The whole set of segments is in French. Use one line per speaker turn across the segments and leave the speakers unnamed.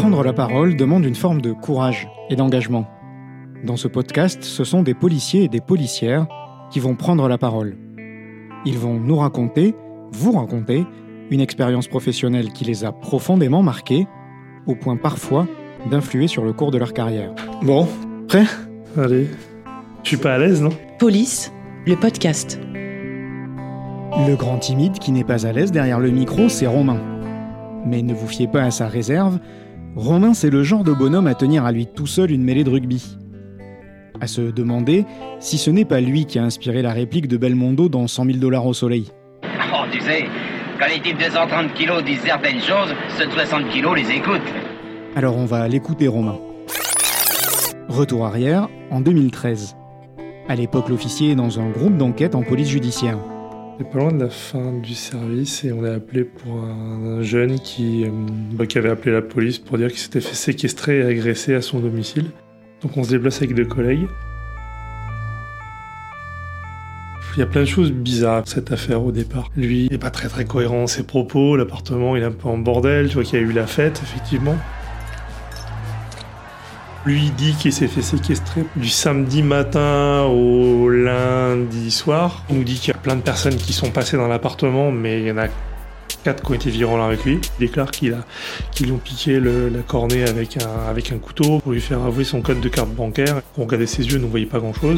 Prendre la parole demande une forme de courage et d'engagement. Dans ce podcast, ce sont des policiers et des policières qui vont prendre la parole. Ils vont nous raconter, vous raconter, une expérience professionnelle qui les a profondément marqués, au point parfois d'influer sur le cours de leur carrière.
Bon, prêt ? Allez. Je suis pas à l'aise, non ?
Police, le podcast.
Le grand timide qui n'est pas à l'aise derrière le micro, c'est Romain. Mais ne vous fiez pas à sa réserve, Romain c'est le genre de bonhomme à tenir à lui tout seul une mêlée de rugby. À se demander si ce n'est pas lui qui a inspiré la réplique de Belmondo dans 100 000 $ au soleil.
Oh, tu sais, quand les types de 130 kilos disent certaines choses, ceux de 60 kilos les écoutent.
Alors on va l'écouter Romain. Retour arrière, en 2013. À l'époque, l'officier est dans un groupe d'enquête en police judiciaire.
C'est pas loin de la fin du service et on est appelé pour un jeune qui avait appelé la police pour dire qu'il s'était fait séquestrer et agresser à son domicile. Donc on se déplace avec deux collègues. Il y a plein de choses bizarres cette affaire au départ. Lui, il n'est pas très cohérent dans ses propos, l'appartement il est un peu en bordel, tu vois qu'il y a eu la fête effectivement. Lui il dit qu'il s'est fait séquestrer du samedi matin au lundi soir. Il nous dit qu'il y a plein de personnes qui sont passées dans l'appartement, mais il y en a 4 qui ont été virulents avec lui. Il déclare qu'ils lui ont piqué la cornée avec un couteau pour lui faire avouer son code de carte bancaire. Quand on regardait ses yeux, on ne voyait pas grand-chose.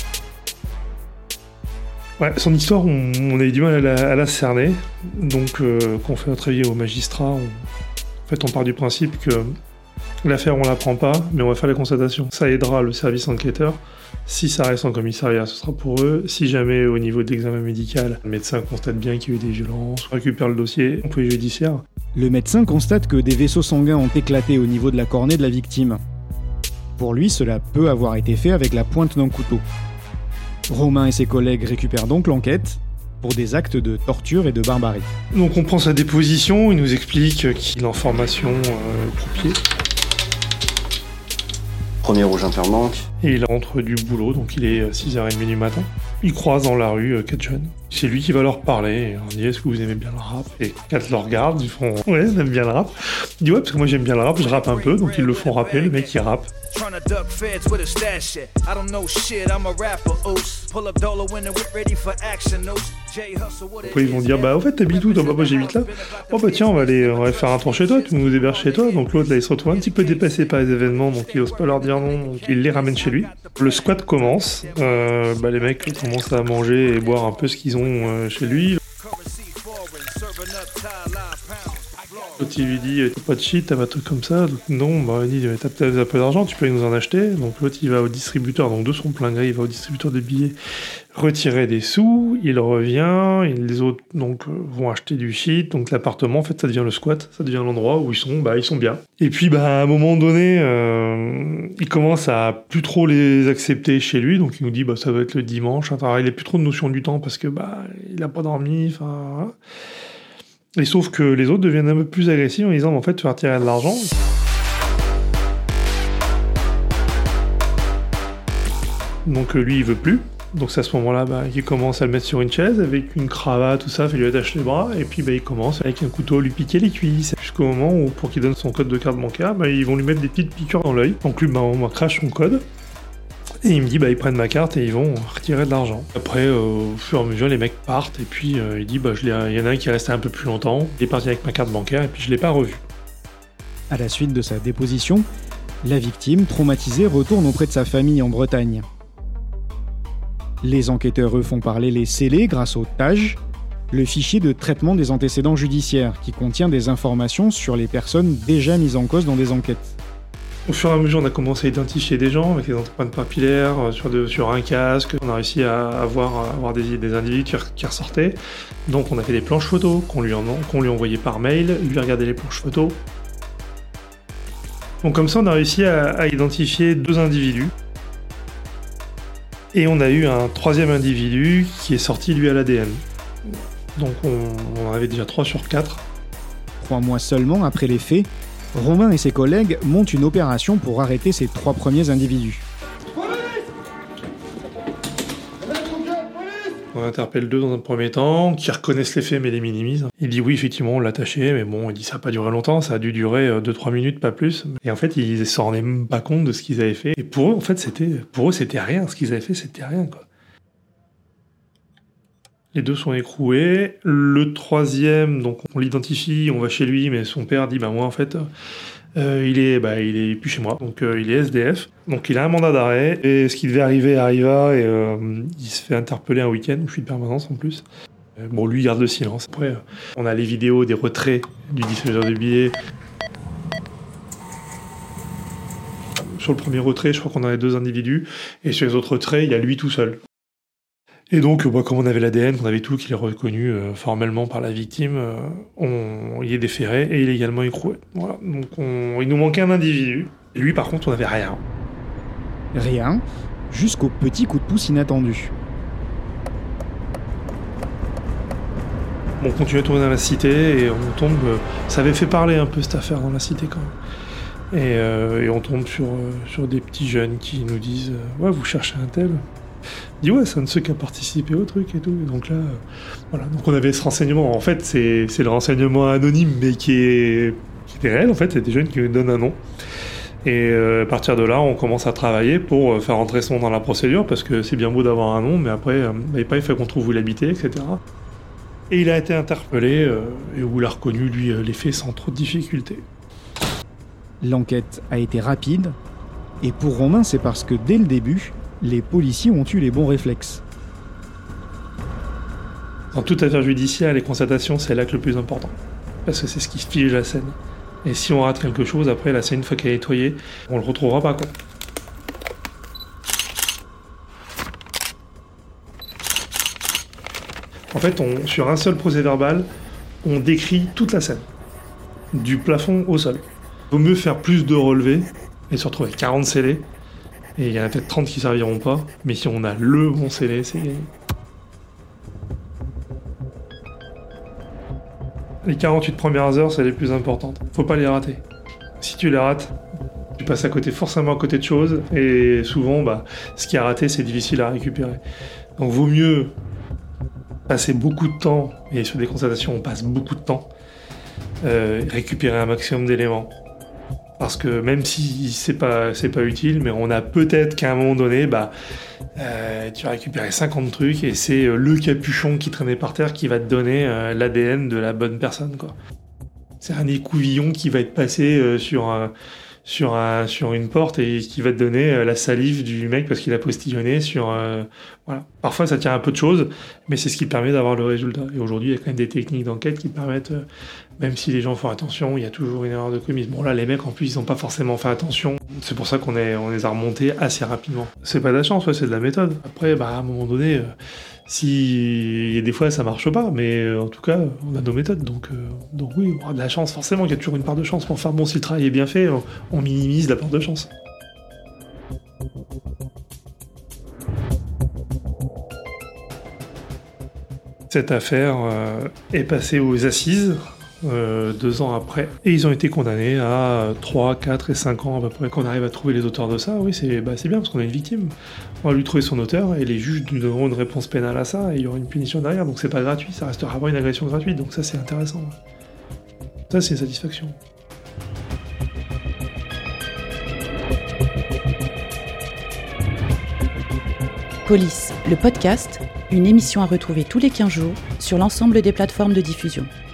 Ouais, son histoire, on avait du mal à la cerner. Donc, quand on fait notre avis au magistrat, on part du principe que l'affaire, on la prend pas, mais on va faire la constatation. Ça aidera le service enquêteur. Si ça reste en commissariat, ce sera pour eux. Si jamais, au niveau d'examen médical, le médecin constate bien qu'il y a eu des violences, on récupère le dossier en police judiciaire.
Le médecin constate que des vaisseaux sanguins ont éclaté au niveau de la cornée de la victime. Pour lui, cela peut avoir été fait avec la pointe d'un couteau. Romain et ses collègues récupèrent donc l'enquête pour des actes de torture et de barbarie.
Donc on prend sa déposition, il nous explique qu'il est en formation croupier.
Premier rouge intermanque.
Et il rentre du boulot, donc il est 6h30 du matin. Il croise dans la rue 4 jeunes. C'est lui qui va leur parler, et on dit « Est-ce que vous aimez bien le rap ?» Et 4 le regardent, ils font « Ouais, on aime bien le rap. » Il dit « Ouais, parce que moi j'aime bien le rap, je rappe un peu. » Donc ils le font rapper, le mec il rappe. Après ils vont dire « Bah au fait t'habites où toi ? » Bah moi j'habite là. « Oh bah tiens, on va aller faire un tour chez toi, tu nous héberges chez toi. » Donc l'autre là il se retrouve un petit peu dépassé par les événements, donc il ose pas leur dire non, donc il les ramène chez lui. Le squat commence, les mecs commencent à manger et boire un peu ce qu'ils ont chez lui. L'autre il lui dit t'as pas de shit, t'as pas de trucs comme ça. Donc, non, il dit t'as peut-être un peu d'argent, tu peux nous en acheter. Donc l'autre il va au distributeur, donc de son plein gré, il va au distributeur de billets retirer des sous, il revient, et les autres donc vont acheter du shit. Donc l'appartement en fait ça devient le squat, ça devient l'endroit où ils sont bien. Et puis à un moment donné, il commence à plus trop les accepter chez lui, donc il nous dit ça va être le dimanche. Enfin, il a plus trop de notion du temps parce que il a pas dormi, enfin. Et sauf que les autres deviennent un peu plus agressifs en disant en fait tu vas retirer de l'argent. Donc lui il veut plus. Donc c'est à ce moment-là qu'il commence à le mettre sur une chaise avec une cravate, tout ça, il lui attache les bras et puis il commence avec un couteau à lui piquer les cuisses. Jusqu'au moment où pour qu'il donne son code de carte bancaire, ils vont lui mettre des petites piqûres dans l'œil. Donc lui on crache son code. Et il me dit ils prennent ma carte et ils vont retirer de l'argent. Après au fur et à mesure les mecs partent et puis il dit il y en a un qui est resté un peu plus longtemps, il est parti avec ma carte bancaire et puis je l'ai pas revu.
À la suite de sa déposition, la victime, traumatisée, retourne auprès de sa famille en Bretagne. Les enquêteurs, eux, font parler les scellés grâce au TAJ, le fichier de traitement des antécédents judiciaires, qui contient des informations sur les personnes déjà mises en cause dans des enquêtes.
Au fur et à mesure, on a commencé à identifier des gens avec les empreintes papillaires sur un casque. On a réussi à avoir des individus qui ressortaient. Donc on a fait des planches photos qu'on lui envoyait par mail. Lui regardait les planches photos. Donc comme ça, on a réussi à identifier 2 individus. Et on a eu un 3e individu qui est sorti, lui, à l'ADN. Donc on avait déjà 3 sur 4.
3 mois seulement après les faits, Romain et ses collègues montent une opération pour arrêter ces 3 premiers individus.
on interpelle 2 dans un premier temps, qui reconnaissent les faits mais les minimisent. Il dit oui, effectivement, on l'a attaché, mais bon, il dit ça n'a pas duré longtemps, ça a dû durer 2-3 minutes, pas plus. Et en fait, ils ne s'en rendaient même pas compte de ce qu'ils avaient fait. Et pour eux, en fait, c'était rien. Ce qu'ils avaient fait, c'était rien, quoi. Les 2 sont écroués. Le 3e, donc on l'identifie, on va chez lui, mais son père dit moi en fait, il est plus chez moi, donc il est SDF. Donc il a un mandat d'arrêt et ce qui devait arriver arriva et il se fait interpeller un week-end où je suis de permanence en plus. Lui il garde le silence. Après, on a les vidéos des retraits du distributeur de billets. Sur le premier retrait, je crois qu'on avait 2 individus et sur les autres retraits, il y a lui tout seul. Et donc, comme on avait l'ADN, qu'on avait tout, qu'il est reconnu formellement par la victime, il est déféré et illégalement écroué. Voilà. Donc, il nous manquait un individu. Et lui, par contre, on n'avait rien.
Rien, jusqu'au petit coup de pouce inattendu.
On continue à tourner dans la cité et on tombe... ça avait fait parler un peu cette affaire dans la cité quand même. Et on tombe sur des petits jeunes qui nous disent « Ouais, vous cherchez un tel ?» Il dit ouais, c'est un de ceux qui a participé au truc et tout. Et donc là, voilà. Donc on avait ce renseignement. En fait, c'est le renseignement anonyme, mais qui était réel. En fait, c'est des jeunes qui nous donnent un nom. Et à partir de là, on commence à travailler pour faire rentrer son nom dans la procédure, parce que c'est bien beau d'avoir un nom, mais après, il faut qu'on trouve où il habitait, etc. Et il a été interpellé, et où il a reconnu, lui, les faits sans trop de difficultés.
L'enquête a été rapide, et pour Romain, c'est parce que dès le début, les policiers ont eu les bons réflexes.
Dans toute affaire judiciaire, les constatations, c'est l'acte le plus important. Parce que c'est ce qui fige la scène. Et si on rate quelque chose, après, la scène, une fois qu'elle est nettoyée, on le retrouvera pas, quoi. En fait, sur un seul procès-verbal, on décrit toute la scène. Du plafond au sol. Il vaut mieux faire plus de relevés et se retrouver avec 40 scellés. Et il y en a peut-être 30 qui serviront pas, mais si on a le bon scellé, c'est gagné. Les 48 premières heures, c'est les plus importantes. Faut pas les rater. Si tu les rates, tu passes forcément à côté de choses, et souvent, ce qui est raté, c'est difficile à récupérer. Donc vaut mieux passer beaucoup de temps, et sur des constatations, on passe beaucoup de temps, récupérer un maximum d'éléments. Parce que même si c'est pas utile, mais on a peut-être qu'à un moment donné, tu vas récupérer 50 trucs et c'est le capuchon qui traînait par terre qui va te donner l'ADN de la bonne personne, quoi. C'est un écouvillon qui va être passé sur une porte et qui va te donner la salive du mec parce qu'il a postillonné sur... voilà. Parfois, ça tient un peu de choses, mais c'est ce qui permet d'avoir le résultat. Et aujourd'hui, il y a quand même des techniques d'enquête qui permettent... même si les gens font attention, il y a toujours une erreur de commise. Bon là, les mecs, en plus, ils n'ont pas forcément fait attention. C'est pour ça qu'on les a remontés assez rapidement. C'est pas de la chance, ouais, c'est de la méthode. Après, à un moment donné, si des fois, ça marche pas, mais en tout cas, on a nos méthodes. Donc oui, on aura de la chance, forcément, il y a toujours une part de chance. Mais enfin bon, si le travail est bien fait, on minimise la part de chance. Cette affaire est passée aux assises 2 ans après, et ils ont été condamnés à 3, 4 et 5 ans à peu près. Qu'on arrive à trouver les auteurs de ça, oui, c'est bien parce qu'on a une victime. On va lui trouver son auteur et les juges nous donneront une réponse pénale à ça et il y aura une punition derrière, donc c'est pas gratuit, ça restera pas une agression gratuite, donc ça c'est intéressant. Ça c'est une satisfaction.
Police, le podcast, une émission à retrouver tous les 15 jours sur l'ensemble des plateformes de diffusion.